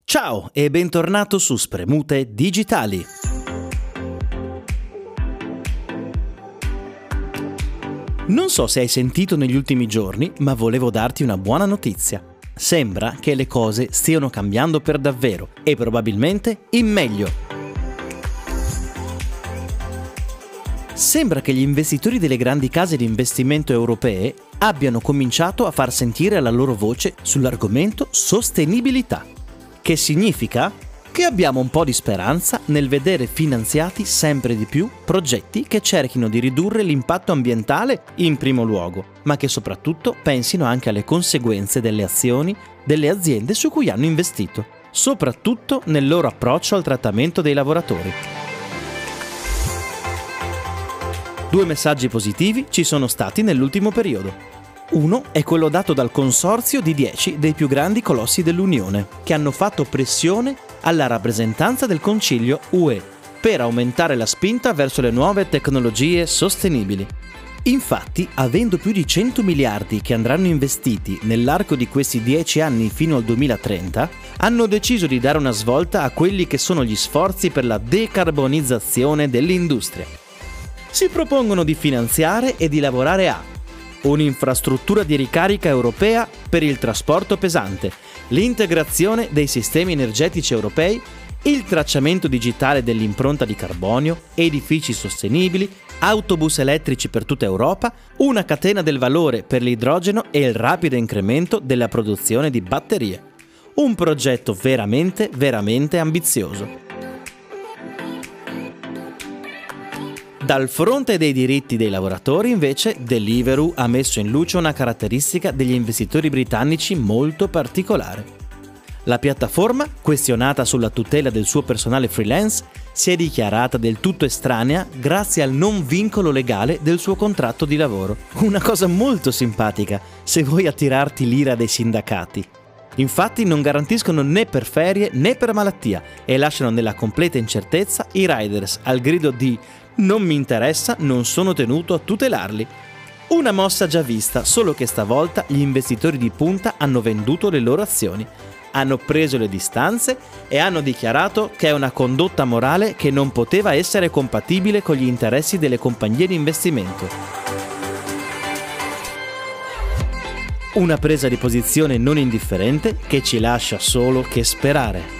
Ciao e bentornato su Spremute Digitali. Non so se hai sentito negli ultimi giorni, ma volevo darti una buona notizia. Sembra che le cose stiano cambiando per davvero e probabilmente in meglio. Sembra che gli investitori delle grandi case di investimento europee abbiano cominciato a far sentire la loro voce sull'argomento sostenibilità. Che significa? Che abbiamo un po' di speranza nel vedere finanziati sempre di più progetti che cerchino di ridurre l'impatto ambientale in primo luogo, ma che soprattutto pensino anche alle conseguenze delle azioni delle aziende su cui hanno investito, soprattutto nel loro approccio al trattamento dei lavoratori. 2 messaggi positivi ci sono stati nell'ultimo periodo. Uno è quello dato dal consorzio di 10 dei più grandi colossi dell'Unione, che hanno fatto pressione alla rappresentanza del Consiglio UE per aumentare la spinta verso le nuove tecnologie sostenibili. Infatti, avendo più di 100 miliardi che andranno investiti nell'arco di questi 10 anni fino al 2030, hanno deciso di dare una svolta a quelli che sono gli sforzi per la decarbonizzazione dell'industria. Si propongono di finanziare e di lavorare a un'infrastruttura di ricarica europea per il trasporto pesante, l'integrazione dei sistemi energetici europei, il tracciamento digitale dell'impronta di carbonio, edifici sostenibili, autobus elettrici per tutta Europa, una catena del valore per l'idrogeno e il rapido incremento della produzione di batterie. Un progetto veramente ambizioso. Dal fronte dei diritti dei lavoratori, invece, Deliveroo ha messo in luce una caratteristica degli investitori britannici molto particolare. La piattaforma, questionata sulla tutela del suo personale freelance, si è dichiarata del tutto estranea grazie al non vincolo legale del suo contratto di lavoro. Una cosa molto simpatica, se vuoi attirarti l'ira dei sindacati. Infatti non garantiscono né per ferie né per malattia e lasciano nella completa incertezza i riders al grido di "non mi interessa, non sono tenuto a tutelarli". Una mossa già vista, solo che stavolta gli investitori di punta hanno venduto le loro azioni, hanno preso le distanze e hanno dichiarato che è una condotta morale che non poteva essere compatibile con gli interessi delle compagnie di investimento. Una presa di posizione non indifferente che ci lascia solo che sperare.